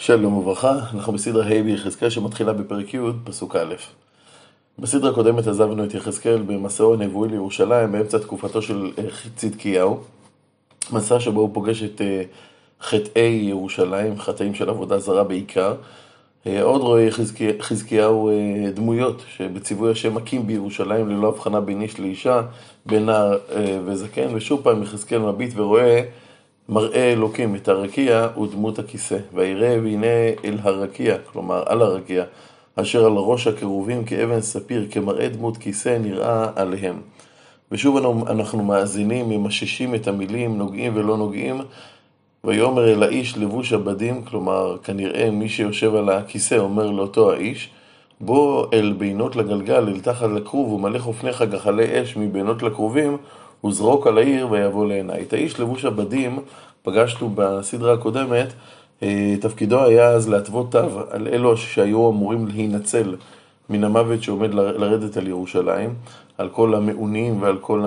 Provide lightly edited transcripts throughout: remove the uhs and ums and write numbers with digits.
שלום וברכה, אנחנו בסדרה ה' ביחזקאל שמתחילה בפרק י' פסוק א'. בסדרה הקודמת עזבנו את יחזקאל במסעו הנבואי לירושלים באמצע תקופתו של צדקיהו, מסע שבו הוא פוגש את חטאי ירושלים, חטאים של עבודה זרה בעיקר. עוד רואה חזקיהו דמויות שבציווי השם מקים בירושלים ללא הבחנה בין איש לאישה, בין נער וזקן, ושוב פעם יחזקאל מביט ורואה מראה אלוקים את הרקיע ודמות הכיסא, ויראה והנה אל הרקיע, כלומר על הרקיע, אשר על ראש הקרובים כאבן ספיר, כמראה דמות כיסא נראה עליהם. ושוב אנחנו מאזינים, ממששים את המילים, נוגעים ולא נוגעים, ויאמר אל האיש לבוש הבדים, כלומר כנראה מי שיושב על הכיסא אומר לאותו האיש, בוא אל בינות לגלגל, אל תחת לכרוב, ומלא חופניך גחלי אש מבינות לכרובים, וזרוק על העיר ויבוא לעיניי. את האיש לבוש הבדים פגשנו בסדרה הקודמת, תפקידו היה אז להתוות תו על אלו שהיו אמורים להינצל מן המוות שעומד לרדת על ירושלים, על כל המעונים ועל כל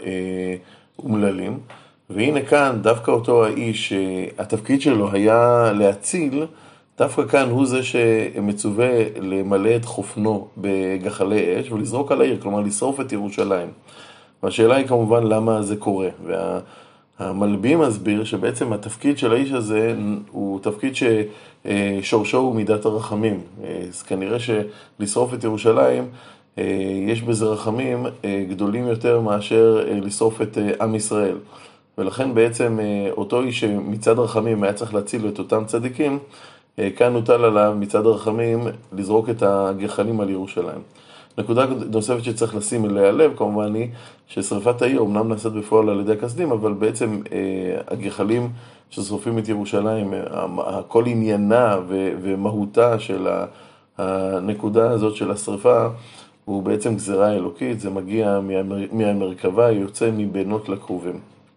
האומללים. והנה כאן דווקא אותו האיש, התפקיד שלו היה להציל, דווקא כאן הוא זה שמצווה למלא את חופנו בגחלי אש ולזרוק על העיר, כלומר לשרוף את ירושלים. והשאלה היא כמובן למה זה קורה, והמלבים מסביר שבעצם התפקיד של האיש הזה הוא תפקיד ששורשו הוא מידת הרחמים. אז כנראה שלשרוף את ירושלים יש בזה רחמים גדולים יותר מאשר לשרוף את עם ישראל. ולכן בעצם אותו איש שמצד הרחמים היה צריך להציל את אותם צדיקים, כאן נוטל עליו מצד הרחמים לזרוק את הגחלים על ירושלים. נקודה נוספת שצריך לשים אליה לב, כמובן היא ששריפת העיר אומנם נעשית בפועל על ידי הכסדים, אבל בעצם הגחלים ששרופים את ירושלים, כל עניינה ומהותה של הנקודה הזאת של השריפה, הוא בעצם גזירה אלוקית, זה מגיע מהמרכבה, יוצא מבינות לכרובים.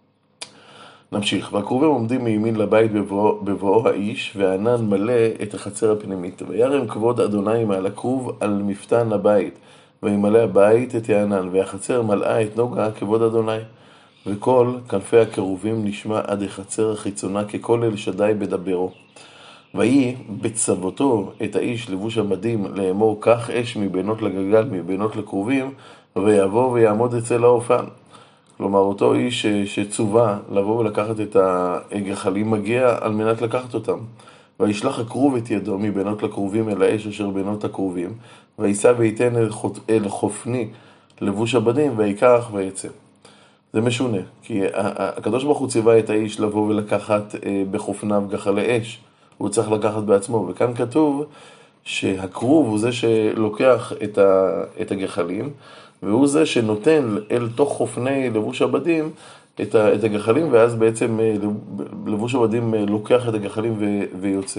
נמשיך, והכרובים עומדים מימין לבית בבואו האיש, והענן מלא את החצר הפנימית. וירם כבוד אדוני מעל הכרוב על מפתן הבית, וימלא הבית את הענן, והחצר מלאה את נוגה כבוד אדוני. וכל כנפי הכרובים נשמע עד החצר החיצונה ככל אל שדי בדברו. ויהי בצוותו את האיש לבוש המדים לאמור, קח אש מבינות לגלגל מבינות לכרובים, ויבוא ויעמוד אצל האופן. כלומר, אותו איש שצווה לבוא ולקחת את הגחלים מגיע על מנת לקחת אותם. וישלח הכרוב את ידו מבינות לכרובים אל האש אשר בינות הכרובים, וישא וייתן אל חופני לבוש הבדים, ויקח ויצא. זה משונה, כי הקדוש ברוך הוא ציווה את האיש לבוא ולקחת בחופניו גחלי אש. הוא צריך לקחת בעצמו, וכאן כתוב שהכרוב הוא זה שלוקח את הגחלים, והוא זה שנותן אל תוך חופני לבוש הבדים את הגחלים, ואז בעצם לבוש הבדים לוקח את הגחלים ויוצא.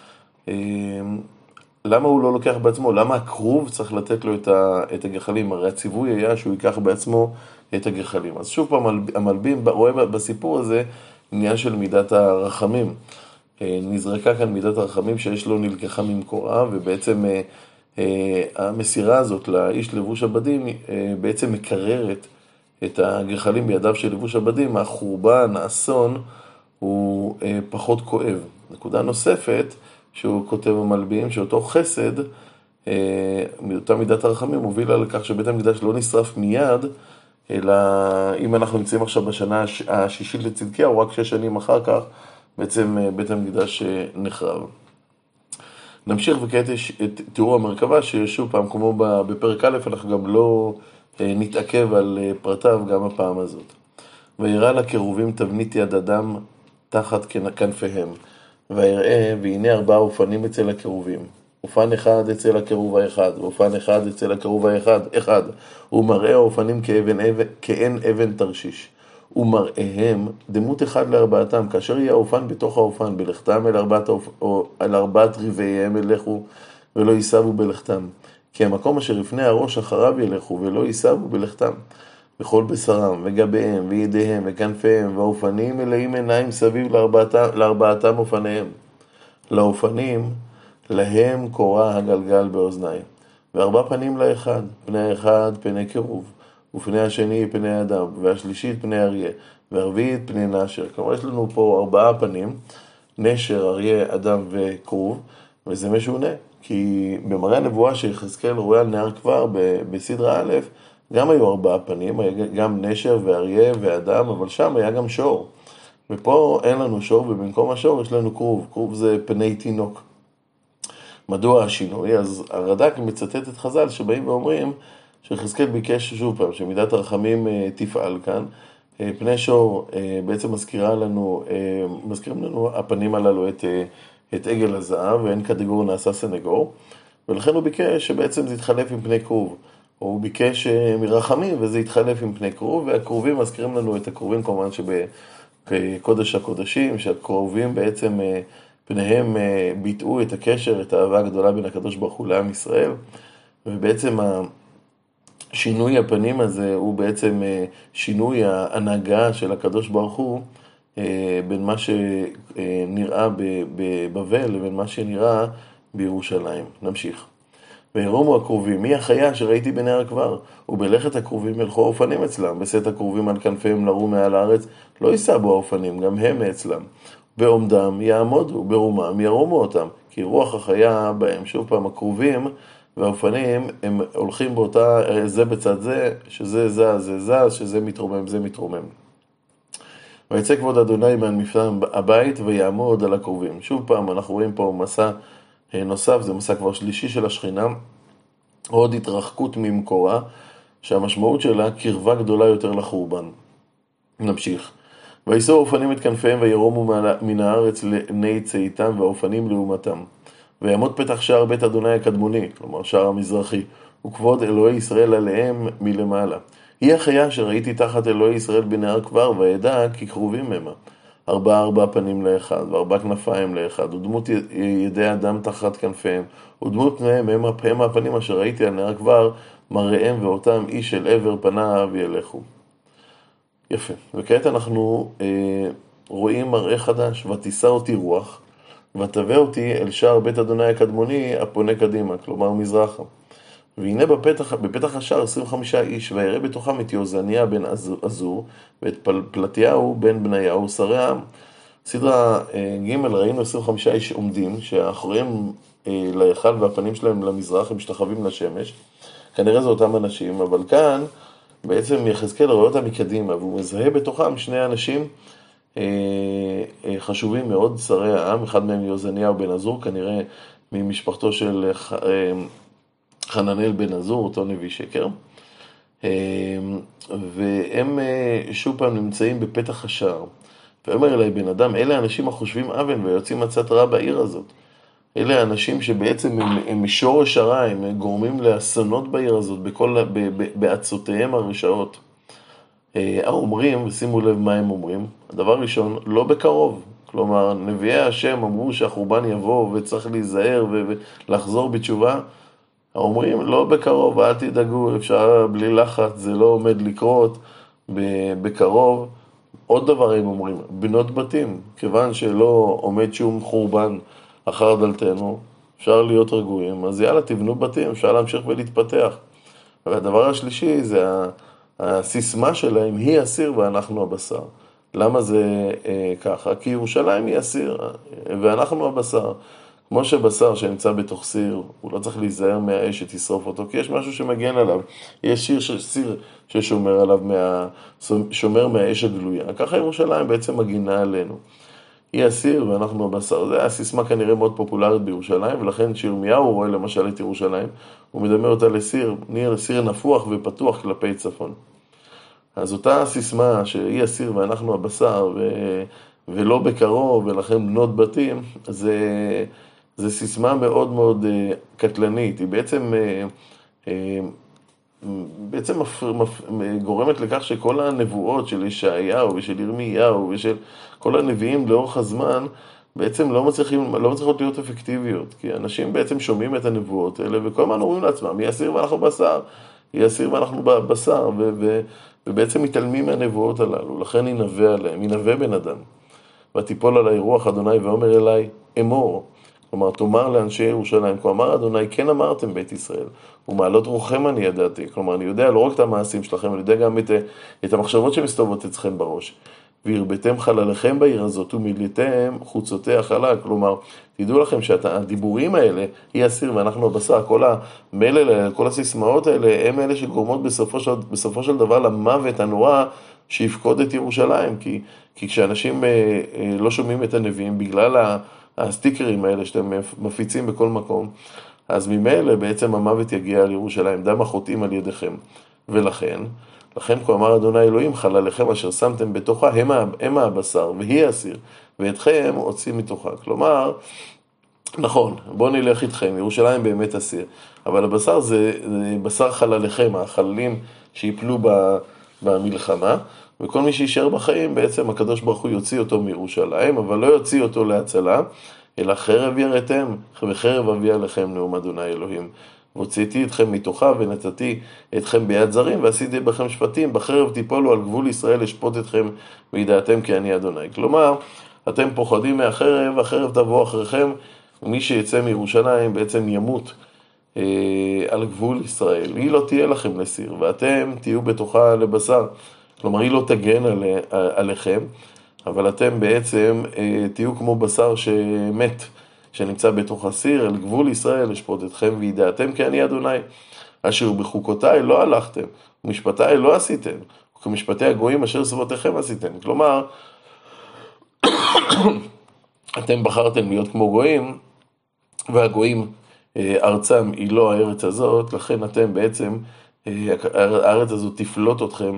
למה הוא לא לוקח בעצמו? למה הכרוב צריך לתת לו את הגחלים? הרי הציווי היה שהוא ייקח בעצמו את הגחלים. אז שוב פעם, המלבים רואה בסיפור הזה עניין של מידת הרחמים. נזרקה כאן מידת הרחמים שיש לו נלקחה ממקורה, ובעצם המסירה הזאת לאיש לבוש הבדים בעצם מקררת את הגחלים בידיו של לבוש הבדים. החורבן, האסון, הוא פחות כואב. נקודה נוספת שהוא כותב המלבים, שאותו חסד, מאותה מידת הרחמים, מובילה לכך שבית המקדש לא נשרף מיד, אלא אם אנחנו נמצאים עכשיו בשנה השישית לצדקיהו, רק 6 שנים אחר כך, בעצם בית המקדש נחרב. נמשיך וכעת את תיאור המרכבה, ששוב פעם, כמו בפרק א', אנחנו גם לא נתעכב על פרטיו גם הפעם הזאת. ויראה לקרובים תבנית יד אדם תחת כנפיהם, ויראה והנה 4 אופנים אצל הקרובים. אופן אחד אצל הקרוב האחד, ואופן אחד אצל הקרוב האחד, ומראה האופנים כאין אבן תרשיש. ומראיהם דמות אחד לארבעתם, כאשר יהיה האופן בתוך האופן, בלכתם אל 4 רבעיהם ילכו, ולא ייסבו בלכתם. כי המקום אשר לפני הראש אחריו ילכו, ולא ייסבו בלכתם. וכל בשרם, וגביהם, וידיהם, וכנפיהם, והאופנים מלאים עיניים סביב לארבעתם אופניהם. לאופנים, להם קורא הגלגל באוזניים. ו4 פנים לאחד, פני האחד פני קרוב, ופני השני פני אדם, והשלישית פני אריה, והרביעית פני נשר. כלומר, יש לנו פה 4 פנים, נשר, אריה, אדם וכרוב, וזה משונה, כי במראה הנבואה שיחזקאל רואה על נהר כבר בסדרה א', גם היו 4 פנים, היה גם נשר ואריה ואדם, אבל שם היה גם שור. ופה אין לנו שור, ובמקום השור יש לנו כרוב. כרוב זה פני תינוק. מדוע השינוי? אז הרד"ק מצטט את חז"ל שבאים ואומרים שיחזקאל ביקש שוב פעם שמידת הרחמים תפעל כאן. פני שור בעצם מזכירים לנו הפנים הללו את עגל הזהב, ואין כדגור נעשה סנגור, ולכן הוא ביקש שבעצם זה יתחלף עם פני כרוב. הוא ביקש מרחמים וזה יתחלף עם פני כרוב, והכרובים מזכירים לנו את הכרובים כמובן שבקודש הקודשים, שהכרובים בעצם פניהם ביטאו את הקשר, את האהבה הגדולה בין הקדוש ברוך הוא לעם ישראל, ובעצם שינוי הפנים הזה הוא בעצם שינוי ההנהגה של הקדוש ברוך הוא בין מה שנראה בבבל לבין מה שנראה בירושלים. נמשיך. וירומו הכרובים, מי החיה שראיתי בנהר הכבר? ובלכת הכרובים ילכו האופנים אצלם, בשאת הכרובים על כנפיהם לרו מעל הארץ, לא יישא בו האופנים, גם הם מאצלם. בעומדם יעמודו, ברומם ירומו אותם, כי רוח החיה בהם. שוב פעם, הכרובים והאופנים הם הולכים באותה, זה בצד זה, שזה זה זז, שזה מתרומם, זה מתרומם. ויצא כבוד אדוני מהמפתן הבית ויעמוד על הכרובים. שוב פעם, אנחנו רואים פה מסע נוסף, זה מסע כבר שלישי של השכינה, עוד התרחקות ממקורה, שהמשמעות שלה קרבה גדולה יותר לחורבן. נמשיך. ויסעו האופנים את כנפיהם וירומו מן הארץ לבני צאתם והאופנים לעומתם. ויעמוד פתח שער בית אדוני הקדמוני, כלומר שער המזרחי, וכבוד אלוהי ישראל עליהם מלמעלה. היא החיה שראיתי תחת אלוהי ישראל בנהר כבר, וידע כי קרובים המה. 4 פנים לאחד, ו4 כנפיים לאחד, ודמות ידי אדם תחת כנפיהם, ודמות פניהם הם הפנים אשר ראיתי על נהר כבר, מראיהם ואותם איש אל עבר פניו ילכו. יפה. וכעת אנחנו רואים מראה חדש, ותישא אותי רוח, ותבא אותי אל שער בית אדוני הקדמוני הפונה קדימה, כלומר מזרחה. והנה בפתח השער 25 איש, ויראה בתוכם את יוזניה בן עזור, ואת פלטיהו בן בניהו, שרי העם. סדרה ג' ראינו 25 איש עומדים, שהאחוריהם להיכל והפנים שלהם למזרח, הם משתחווים לשמש. כנראה זה אותם אנשים, אבל כאן בעצם יחזקאל רואה אותם מקדימה, והוא מזהה בתוכם 2 אנשים חשובים מאוד, שרי העם, אחד מהם יוזניה בן עזור, כנראה ממשפחתו של חננאל בן עזור, אותו נביא שקר, והם שוב פעם נמצאים בפתח השער. ואומר אליי בן אדם, אלה האנשים החושבים אבן ויוצאים מצאת רע בעיר הזאת. אלה האנשים שבעצם הם משורש הרע, הם גורמים לאסונות בעיר הזאת בעצותיהם הרשעות. האומרים, ושימו לב מה הם אומרים, הדבר ראשון, לא בקרוב. כלומר, נביאי השם אמרו שהחורבן יבוא וצריך להיזהר ולחזור בתשובה. האומרים, לא בקרוב, אל תדאגו, אפשר בלי לחץ, זה לא עומד לקרות בקרוב. עוד דבר הם אומרים, בנות בתים, כיוון שלא עומד שום חורבן אחר דלתנו, אפשר להיות רגועים, אז יאללה, תבנו בתים, אפשר להמשיך ולהתפתח. והדבר השלישי זה הסיסמה שלהם, היא הסיר ואנחנו הבשר. למה זה ככה? כי ירושלים היא הסיר ואנחנו הבשר. כמו שבשר שנמצא בתוך סיר, הוא לא צריך להיזהר מהאש שתשרוף אותו, כי יש משהו שמגן עליו. יש סיר ששומר עליו, שומר מהאש הגלויה. ככה ירושלים בעצם מגינה עלינו. היא הסיר ואנחנו הבשר. זה הסיסמה כנראה מאוד פופולרית בירושלים, ולכן שירמיהו רואה למשל את ירושלים, הוא מדמה אותה לסיר, סיר נפוח ופתוח כלפי צפון. אז אותה סיסמה שהיא הסיר ואנחנו הבשר, ולא בקרוב, ולכן בנות בתים, זה סיסמה מאוד מאוד קטלנית. היא בעצם גורמת לכך שכל הנבואות של ישעיהו ושל ירמיהו ושל כל הנביאים לאורך הזמן בעצם לא מצליחות להיות אפקטיביות, כי אנשים בעצם שומעים את הנבואות האלה וכל הזמן אומרים לעצמם, היא הסיר ואנחנו בשר, היא הסיר ואנחנו בשר, ובעצם מתעלמים מהנבואות הללו. לכן ינבא עליהם, ינבא בן אדם. ותיפול עלי רוח אדוני ואומר אליי אמור, כלומר תאמר לאנשי ירושלים, כה אמר אדוני, כן אמרתם בית ישראל, ומעלות רוחכם אני ידעתי. כלומר אני יודע לא רק את המעשים שלכם, אני יודע גם את המחשבות שמסתובבות אצלכם בראש. והרביתם חלליכם בעיר הזאת ומילאתם חוצותיה חלל. כלומר, תדעו לכם שהדיבורים האלה, היא הסיר ואנחנו הבשר, כל המלל, כל הסיסמאות האלה, הם אלה שגורמות בסופו של דבר למוות הנורא שיפקוד את ירושלים. כי כשאנשים לא שומעים את הנביאים בגלל הסטיקרים האלה שאתם מפיצים בכל מקום, אז ממילא בעצם המוות יגיע לירושלים, דם החוטאים על ידיכם. ולכן כה אמר אדוני אלוהים, חלליכם אשר שמתם בתוכה הם הבשר והיא הסיר, ואתכם הוציא מתוכה. כלומר, נכון, בואו נלך איתכם, ירושלים באמת הסיר, אבל הבשר זה בשר חלליכם, החללים שיפלו במלחמה, וכל מי שישאר בחיים, בעצם הקדוש ברוך הוא יוציא אותו מירושלים, אבל לא יוציא אותו להצלה, אלא חרב יראתם, וחרב אביא עליכם נאום אדוני אלוהים. והוצאתי אתכם מתוכה ונתתי אתכם ביד זרים, ועשיתי בכם שפטים, בחרב תיפולו על גבול ישראל, לשפוט אתכם וידעתם כי אני אדוני. כלומר, אתם פוחדים מהחרב, החרב תבוא אחריכם, ומי שיצא מירושלים בעצם ימות על גבול ישראל. היא לא תהיה לכם לסיר, ואתם תהיו בתוכה לבשר. כלומר, היא לא תגן עליכם, אבל אתם בעצם תהיו כמו בשר שמת, שנמצא בתוך הסיר, אל גבול ישראל, לשפוט אתכם וידעתם כי אני אדוני. אשר בחוקותיי לא הלכתם, ומשפטיי לא עשיתם, וכמשפטי הגויים אשר סביבותיכם עשיתם. כלומר, אתם בחרתם להיות כמו גויים, והגויים ארצם היא לא הארץ הזאת, לכן אתם בעצם, הארץ הזאת תפלוט אתכם,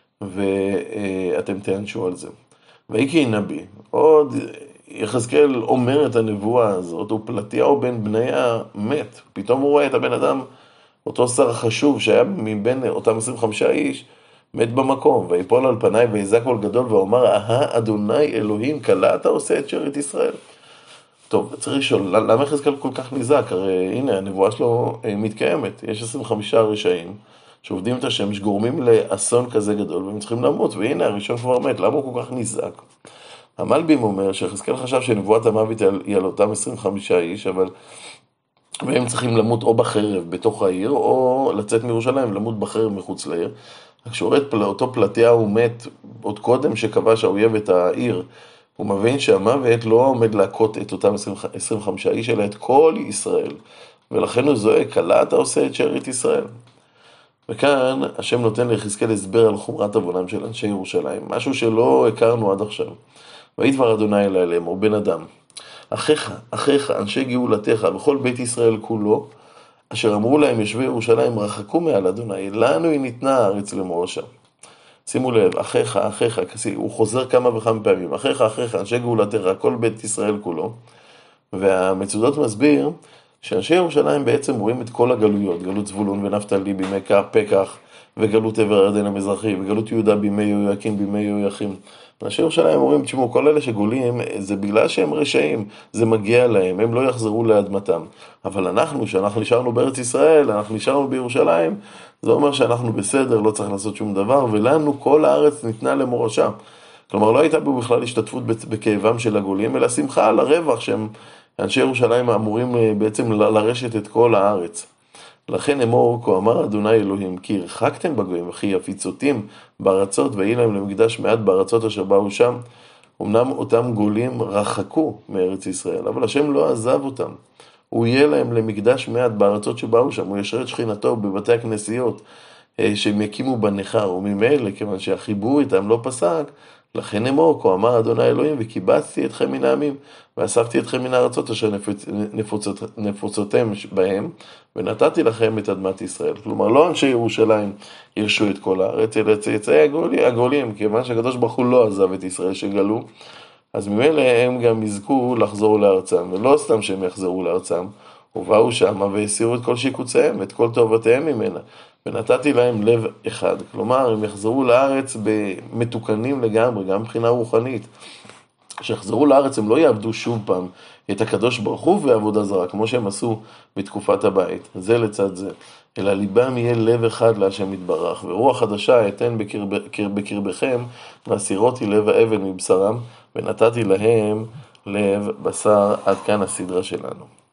ואתם תענשו על זה. ויקהי נביא, עוד יחזקאל אומר את הנבואה הזאת, ופלטיהו בן בניה מת. פתאום הוא רואה את הבן אדם, אותו שר חשוב שהיה מבין אותם 25 איש, מת במקום, ויפול על פניי ויזעק קול גדול ואומר, אדוני אלוהים, כלה אתה עושה את שארית ישראל. טוב, צריך לשאול, למה יחזקאל כל כך נזעק? הרי הנה, הנבואה שלו מתקיימת. יש 25 רשעים שעובדים את השם, שגורמים לאסון כזה גדול, והם צריכים למות, והנה, הראשון כבר מת. למה הוא כל כך נזעק? המלבים אומר שיחזקאל חשב שנבואת המוות היא על אותם 25 איש, והם צריכים למות או בחרב בתוך העיר, או לצאת מירושלים ולמות בחרב מחוץ לעיר. כשהוא רואה את אותו פלטיהו מת עוד קודם שקבע שהאויב את העיר, הוא מבין שהמוות לא עומד להכות את אותם 25 איש, אלא את כל ישראל. ולכן הוא זועק, כלה אתה עושה את שארית ישראל. וכאן השם נותן ליחזקאל הסבר על חומרת עוונם של אנשי ירושלים, משהו שלא הכרנו עד עכשיו. וידבר אדוני אליהם, או בן אדם, אחיך, אנשי גאולתך, וכל בית ישראל כולו, אשר אמרו להם יושבי ירושלים, רחקו מעל אדוני, לנו היא ניתנה הארץ למורשה. שימו לב, אחיך, הוא חוזר כמה וכמה פעמים, אחיך, אנשי גאולתך, כל בית ישראל כולו. והמצודות מסביר שאנשי ירושלים בעצם רואים את כל הגלויות, גלות זבולון ונפתלי בימי פקח, וגלות עבר הירדן המזרחי, וגלות יהודה בימי יהויקים, בימי יהויכים. אנשי ירושלים אומרים, תשמעו, כל אלה שגולים, זה בגלל שהם רשעים, זה מגיע להם, הם לא יחזרו לאדמתם. אבל אנחנו, שאנחנו נשארנו בארץ ישראל, אנחנו נשארנו בירושלים, זה אומר שאנחנו בסדר, לא צריך לעשות שום דבר, ולנו כל הארץ ניתנה למורשה. כלומר, לא הייתה בו בכלל השתתפות בכאבם של הגולים, אלא שמחה על הרווח שהם, אנשי ירושלים אמורים בעצם לרשת את כל הארץ. לכן אמור, כה אמר אדוני אלוהים, כי הרחקתם בגויים, וכי יפיצותים בארצות, ויהי להם למקדש מעט בארצות אשר באו שם. אמנם אותם גולים רחקו מארץ ישראל, אבל השם לא עזב אותם. הוא יהיה להם למקדש מעט בארצות שבאו שם, הוא ישרת שכינתו בבתי הכנסיות, שהם יקימו בנחר, וממילא, כיוון שהחיבור איתם לא פסק, לכן אמור, כה אמר אדוני אלוהים, וקיבצתי אתכם מן העמים, ואספתי אתכם מן הארצות אשר נפוצותם בהם, ונתתי לכם את אדמת ישראל. כלומר, לא אנשי ירושלים ירשו את כל הארץ, אלא צאצאי הגולים, כיוון שהקדוש ברוך הוא לא עזב את ישראל שגלו, אז ממילא הם גם יזכו לחזור לארצם, ולא סתם שהם יחזרו לארצם, ובאו שם והסירו את כל שיקוציהם, את כל טובתיהם ממנה, ונתתי להם לב אחד. כלומר, הם יחזרו לארץ במתוקנים לגמרי, גם מבחינה רוחנית. כשיחזרו לארץ הם לא יעבדו שוב פעם את הקדוש ברוך הוא ועבודה זרה, כמו שהם עשו בתקופת הבית, זה לצד זה. אלא ליבם יהיה לב אחד להשם יתברך, ורוח חדשה אתן בקרבכם, והסירותי לב האבן מבשרם, ונתתי להם לב בשר. עד כאן הסדרה שלנו.